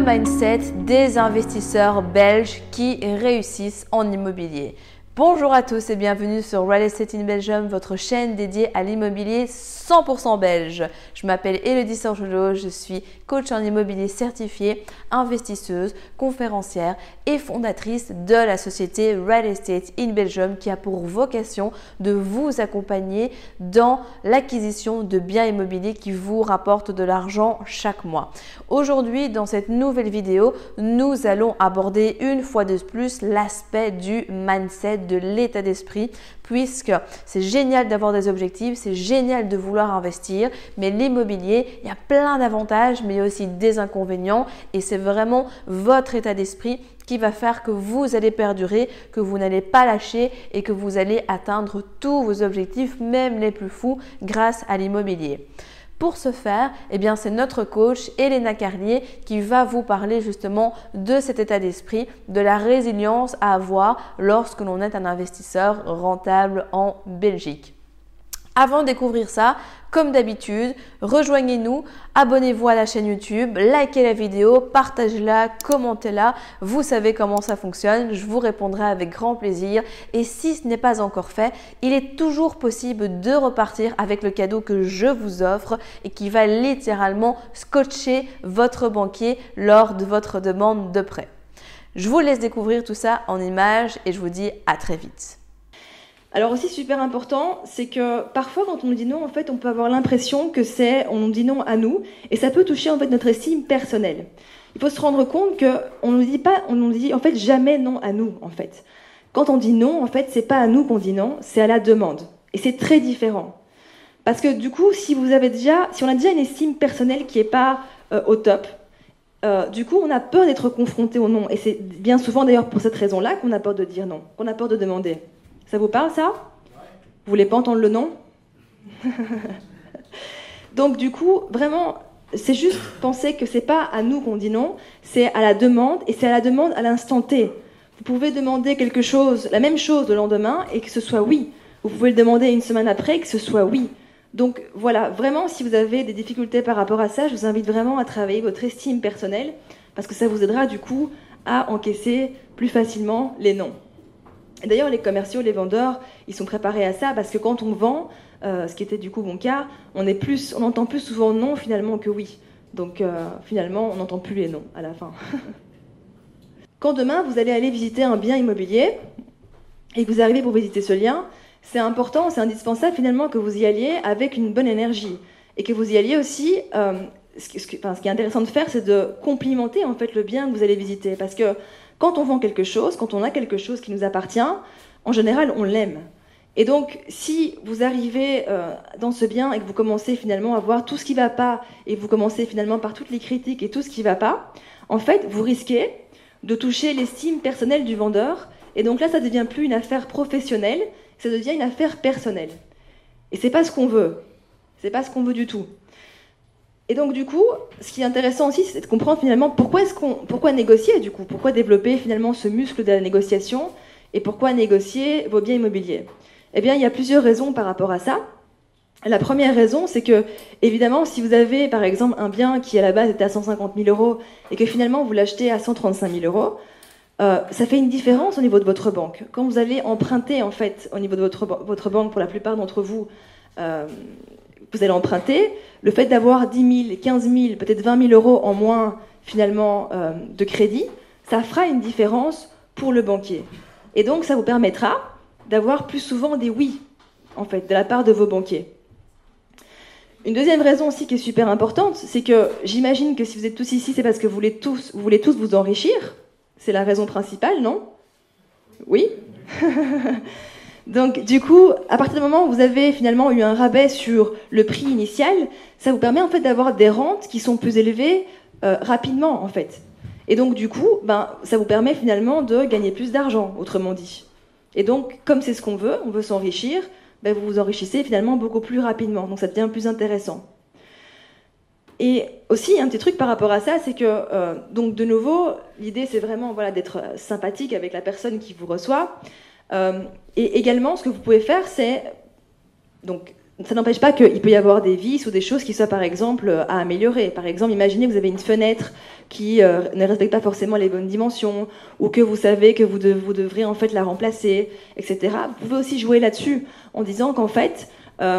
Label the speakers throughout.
Speaker 1: mindset des investisseurs belges qui réussissent en immobilier. Bonjour à tous et bienvenue sur Real Estate in Belgium, votre chaîne dédiée à l'immobilier 100% belge. Je m'appelle Elodie Sorgelot, je suis coach en immobilier certifiée, investisseuse, conférencière et fondatrice de la société Real Estate in Belgium qui a pour vocation de vous accompagner dans l'acquisition de biens immobiliers qui vous rapportent de l'argent chaque mois. Aujourd'hui, dans cette nouvelle vidéo, nous allons aborder une fois de plus l'aspect du mindset, de l'état d'esprit, puisque c'est génial d'avoir des objectifs, c'est génial de vouloir investir, mais l'immobilier, il y a plein d'avantages, mais il y a aussi des inconvénients et c'est vraiment votre état d'esprit qui va faire que vous allez perdurer, que vous n'allez pas lâcher et que vous allez atteindre tous vos objectifs, même les plus fous, grâce à l'immobilier. Pour ce faire, c'est notre coach Elena Carlier qui va vous parler justement de cet état d'esprit, de la résilience à avoir lorsque l'on est un investisseur rentable en Belgique. Avant de découvrir ça, comme d'habitude, rejoignez-nous, abonnez-vous à la chaîne YouTube, likez la vidéo, partagez-la, commentez-la. Vous savez comment ça fonctionne, je vous répondrai avec grand plaisir. Et si ce n'est pas encore fait, il est toujours possible de repartir avec le cadeau que je vous offre et qui va littéralement scotcher votre banquier lors de votre demande de prêt. Je vous laisse découvrir tout ça en images et je vous dis à très vite.
Speaker 2: Alors aussi super important, c'est que parfois quand on nous dit non, en fait, on peut avoir l'impression que on nous dit non à nous, et ça peut toucher en fait notre estime personnelle. Il faut se rendre compte que on nous dit en fait jamais non à nous en fait. Quand on dit non, en fait, c'est pas à nous qu'on dit non, c'est à la demande, et c'est très différent. Parce que du coup, si on a déjà une estime personnelle qui est pas au top, du coup, on a peur d'être confronté au non, et c'est bien souvent d'ailleurs pour cette raison-là qu'on a peur de dire non, qu'on a peur de demander. Ça vous parle, ça? Vous voulez pas entendre le nom? Donc, du coup, vraiment, c'est juste penser que c'est pas à nous qu'on dit non, c'est à la demande, et c'est à la demande à l'instant T. Vous pouvez demander quelque chose, la même chose le lendemain, et que ce soit oui. Vous pouvez le demander une semaine après, et que ce soit oui. Donc, voilà, vraiment, si vous avez des difficultés par rapport à ça, je vous invite vraiment à travailler votre estime personnelle, parce que ça vous aidera, du coup, à encaisser plus facilement les noms. Et d'ailleurs, les commerciaux, les vendeurs, ils sont préparés à ça parce que quand on vend, ce qui était du coup mon cas, on entend plus souvent non finalement que oui. Donc finalement, on n'entend plus les noms à la fin. Quand demain, vous allez aller visiter un bien immobilier et que vous arrivez pour visiter ce lien, c'est important, c'est indispensable finalement que vous y alliez avec une bonne énergie et que vous y alliez aussi. Ce qui est intéressant de faire, c'est de complimenter en fait le bien que vous allez visiter, parce que quand on vend quelque chose, quand on a quelque chose qui nous appartient, en général, on l'aime. Et donc, si vous arrivez dans ce bien et que vous commencez finalement à voir tout ce qui ne va pas, et vous commencez finalement par toutes les critiques et tout ce qui ne va pas, en fait, vous risquez de toucher l'estime personnelle du vendeur. Et donc là, ça ne devient plus une affaire professionnelle, ça devient une affaire personnelle. Et ce n'est pas ce qu'on veut. Ce n'est pas ce qu'on veut du tout. Et donc du coup, ce qui est intéressant aussi, c'est de comprendre finalement pourquoi négocier du coup, pourquoi développer finalement ce muscle de la négociation et pourquoi négocier vos biens immobiliers. Eh bien, il y a plusieurs raisons par rapport à ça. La première raison, c'est que évidemment, si vous avez par exemple un bien qui à la base était à 150 000 € et que finalement vous l'achetez à 135 000 €, ça fait une différence au niveau de votre banque. Quand vous allez emprunter en fait au niveau de votre banque, pour la plupart d'entre vous, vous allez emprunter, le fait d'avoir 10 000, 15 000, peut-être 20 000 € en moins finalement de crédit, ça fera une différence pour le banquier. Et donc ça vous permettra d'avoir plus souvent des oui, en fait, de la part de vos banquiers. Une deuxième raison aussi qui est super importante, c'est que j'imagine que si vous êtes tous ici, c'est parce que vous voulez tous vous enrichir. C'est la raison principale, non? Oui. Donc, du coup, à partir du moment où vous avez finalement eu un rabais sur le prix initial, ça vous permet en fait d'avoir des rentes qui sont plus élevées rapidement, en fait. Et donc, du coup, ça vous permet finalement de gagner plus d'argent, autrement dit. Et donc, comme c'est ce qu'on veut, on veut s'enrichir, vous vous enrichissez finalement beaucoup plus rapidement. Donc, ça devient plus intéressant. Et aussi, un petit truc par rapport à ça, c'est que, donc de nouveau, l'idée c'est vraiment d'être sympathique avec la personne qui vous reçoit. Et également, ce que vous pouvez faire, c'est donc ça n'empêche pas qu'il peut y avoir des vices ou des choses qui soient, par exemple, à améliorer. Par exemple, imaginez que vous avez une fenêtre qui ne respecte pas forcément les bonnes dimensions, ou que vous savez que vous devrez en fait la remplacer, etc. Vous pouvez aussi jouer là-dessus en disant qu'en fait,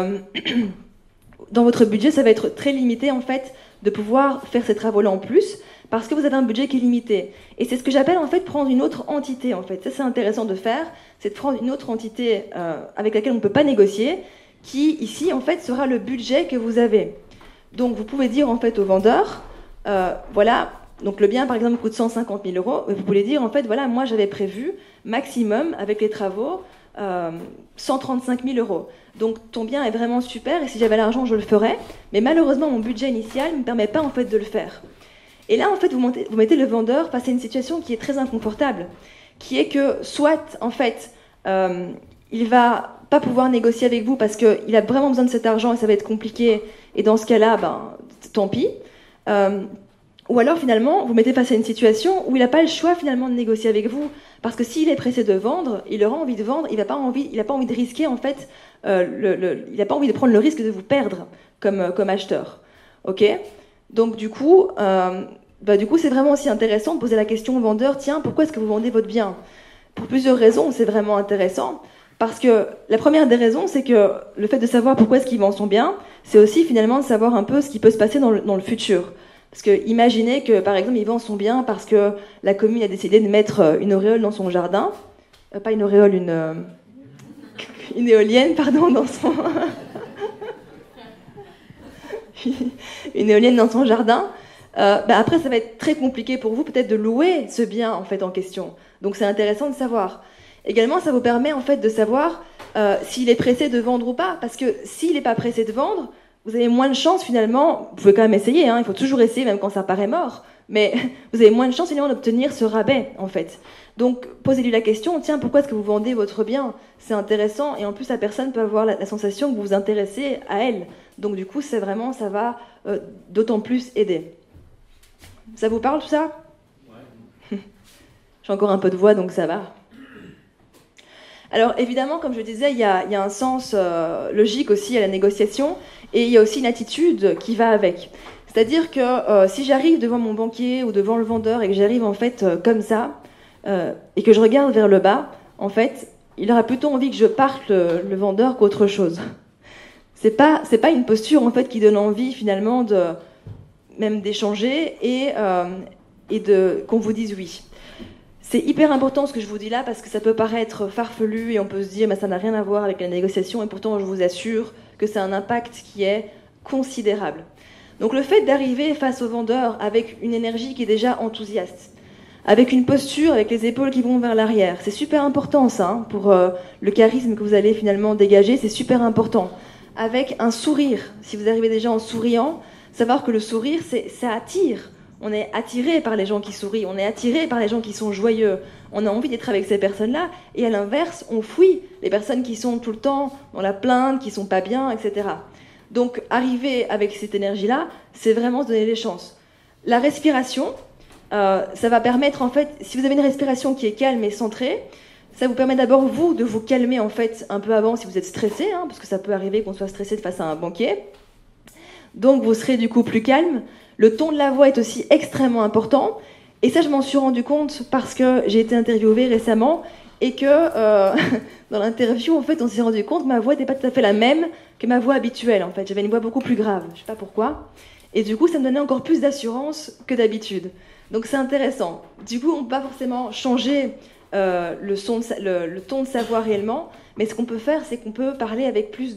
Speaker 2: dans votre budget, ça va être très limité en fait de pouvoir faire ces travaux-là en plus, parce que vous avez un budget qui est limité. Et c'est ce que j'appelle en fait prendre une autre entité. En fait, ça c'est intéressant de faire, c'est de prendre une autre entité avec laquelle on ne peut pas négocier, qui ici en fait sera le budget que vous avez. Donc vous pouvez dire en fait au vendeur, voilà, donc le bien par exemple coûte 150 000 euros, vous pouvez dire en fait voilà, moi j'avais prévu maximum avec les travaux 135 000 euros. Donc ton bien est vraiment super et si j'avais l'argent je le ferais, mais malheureusement mon budget initial ne me permet pas en fait de le faire. Et là en fait vous mettez le vendeur face à une situation qui est très inconfortable, qui est que soit en fait il va pas pouvoir négocier avec vous parce qu'il a vraiment besoin de cet argent et ça va être compliqué, et dans ce cas-là, ben, tant pis. Ou alors finalement, vous mettez face à une situation où il n'a pas le choix finalement de négocier avec vous, parce que s'il est pressé de vendre, il aura envie de vendre, il n'a pas envie de risquer en fait, il n'a pas envie de prendre le risque de vous perdre comme acheteur. Ok ? Donc du coup, c'est vraiment aussi intéressant de poser la question au vendeur, tiens, pourquoi est-ce que vous vendez votre bien ? Pour plusieurs raisons, c'est vraiment intéressant. Parce que la première des raisons, c'est que le fait de savoir pourquoi est-ce qu'il vend son bien, c'est aussi finalement de savoir un peu ce qui peut se passer dans le futur. Parce que imaginez que, par exemple, il vend son bien parce que la commune a décidé de mettre une auréole dans son jardin. Pas une auréole, une éolienne, pardon, dans son... une éolienne dans son jardin. Après, ça va être très compliqué pour vous peut-être de louer ce bien en fait en question. Donc c'est intéressant de savoir. Également, ça vous permet en fait de savoir s'il est pressé de vendre ou pas, parce que s'il n'est pas pressé de vendre, vous avez moins de chances finalement, vous pouvez quand même essayer, hein, il faut toujours essayer même quand ça paraît mort, mais vous avez moins de chances finalement d'obtenir ce rabais en fait. Donc posez-lui la question, tiens, pourquoi est-ce que vous vendez votre bien ? C'est intéressant, et en plus la personne peut avoir la sensation que vous vous intéressez à elle. Donc du coup, ça va d'autant plus aider. Ça vous parle tout ça ? Ouais. J'ai encore un peu de voix, donc ça va. Alors évidemment, comme je disais, il y a un sens logique aussi à la négociation, et il y a aussi une attitude qui va avec. C'est-à-dire que si j'arrive devant mon banquier ou devant le vendeur et que j'arrive en fait comme ça, et que je regarde vers le bas, en fait, il aura plutôt envie que je parte le vendeur qu'autre chose. C'est pas une posture en fait qui donne envie finalement même d'échanger et qu'on vous dise oui. C'est hyper important ce que je vous dis là, parce que ça peut paraître farfelu et on peut se dire mais ça n'a rien à voir avec la négociation, et pourtant je vous assure que c'est un impact qui est considérable. Donc le fait d'arriver face au vendeur avec une énergie qui est déjà enthousiaste, avec une posture, avec les épaules qui vont vers l'arrière, c'est super important ça, hein, pour le charisme que vous allez finalement dégager, c'est super important. Avec un sourire, si vous arrivez déjà en souriant, savoir que le sourire, ça attire. On est attiré par les gens qui sourient, on est attiré par les gens qui sont joyeux. On a envie d'être avec ces personnes-là, et à l'inverse, on fuit les personnes qui sont tout le temps dans la plainte, qui sont pas bien, etc. Donc, arriver avec cette énergie-là, c'est vraiment se donner les chances. La respiration, ça va permettre, en fait, si vous avez une respiration qui est calme et centrée, ça vous permet d'abord, vous, de vous calmer, en fait, un peu avant si vous êtes stressé, hein, parce que ça peut arriver qu'on soit stressé face à un banquier. Donc, vous serez du coup plus calme. Le ton de la voix est aussi extrêmement important. Et ça, je m'en suis rendu compte parce que j'ai été interviewée récemment et que dans l'interview, en fait, on s'est rendu compte que ma voix n'était pas tout à fait la même que ma voix habituelle. En fait, j'avais une voix beaucoup plus grave. Je ne sais pas pourquoi. Et du coup, ça me donnait encore plus d'assurance que d'habitude. Donc, c'est intéressant. Du coup, on ne peut pas forcément changer le ton de sa voix réellement. Mais ce qu'on peut faire, c'est qu'on peut parler avec plus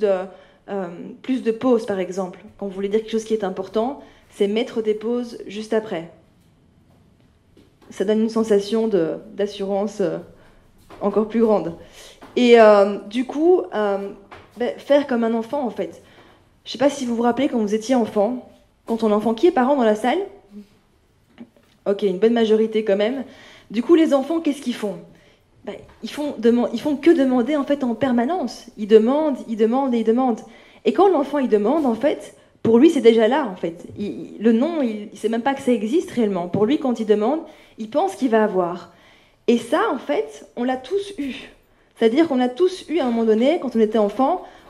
Speaker 2: de pauses, par exemple. Quand vous voulez dire quelque chose qui est important, c'est mettre des pauses juste après. Ça donne une sensation d'assurance encore plus grande. Et du coup, faire comme un enfant, en fait. Je ne sais pas si vous vous rappelez quand vous étiez enfant, quand on est enfant, qui est parent dans la salle ? Ok, une bonne majorité quand même. Du coup, les enfants, qu'est-ce qu'ils font ? Ils font que demander en fait en permanence. Ils demandent et ils demandent. Et quand l'enfant il demande, en fait, pour lui c'est déjà là en fait. Le non, il sait même pas que ça existe réellement. Pour lui, quand il demande, il pense qu'il va avoir. Et ça, en fait, on l'a tous eu. C'est-à-dire qu'on l'a tous eu à un moment donné, quand on était enfant,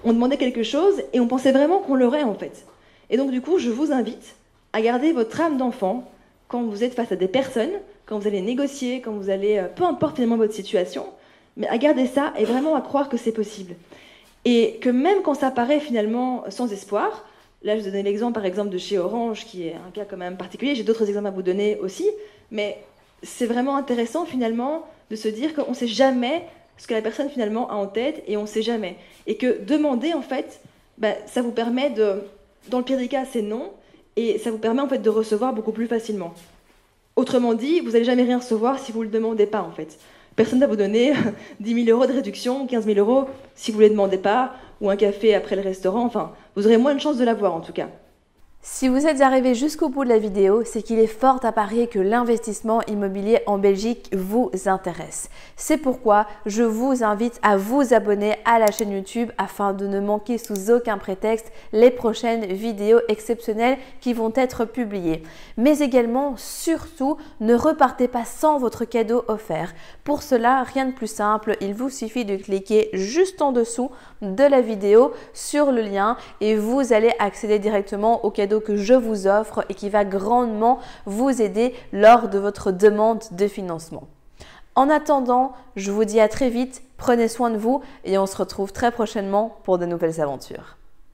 Speaker 2: on demandait quelque chose et on pensait vraiment qu'on l'aurait en fait. Et donc du coup, je vous invite à garder votre âme d'enfant quand vous êtes face à des personnes, quand vous allez négocier, quand vous allez, peu importe finalement votre situation, mais à garder ça et vraiment à croire que c'est possible. Et que même quand ça paraît finalement sans espoir, là je vous donnais l'exemple par exemple de chez Orange, qui est un cas quand même particulier, j'ai d'autres exemples à vous donner aussi, mais c'est vraiment intéressant finalement de se dire qu'on ne sait jamais ce que la personne finalement a en tête et on ne sait jamais. Et que demander en fait, ça vous permet de, dans le pire des cas c'est non, et ça vous permet en fait de recevoir beaucoup plus facilement. Autrement dit, vous n'allez jamais rien recevoir si vous ne le demandez pas en fait. Personne ne va vous donner 10 000 € de réduction, 15 000 € si vous ne les demandez pas, ou un café après le restaurant, enfin, vous aurez moins de chances de l'avoir en tout cas.
Speaker 1: Si vous êtes arrivé jusqu'au bout de la vidéo, c'est qu'il est fort à parier que l'investissement immobilier en Belgique vous intéresse. C'est pourquoi je vous invite à vous abonner à la chaîne YouTube afin de ne manquer sous aucun prétexte les prochaines vidéos exceptionnelles qui vont être publiées. Mais également, surtout, ne repartez pas sans votre cadeau offert. Pour cela, rien de plus simple, il vous suffit de cliquer juste en dessous de la vidéo sur le lien et vous allez accéder directement au cadeau que je vous offre et qui va grandement vous aider lors de votre demande de financement. En attendant, je vous dis à très vite, prenez soin de vous et on se retrouve très prochainement pour de nouvelles aventures.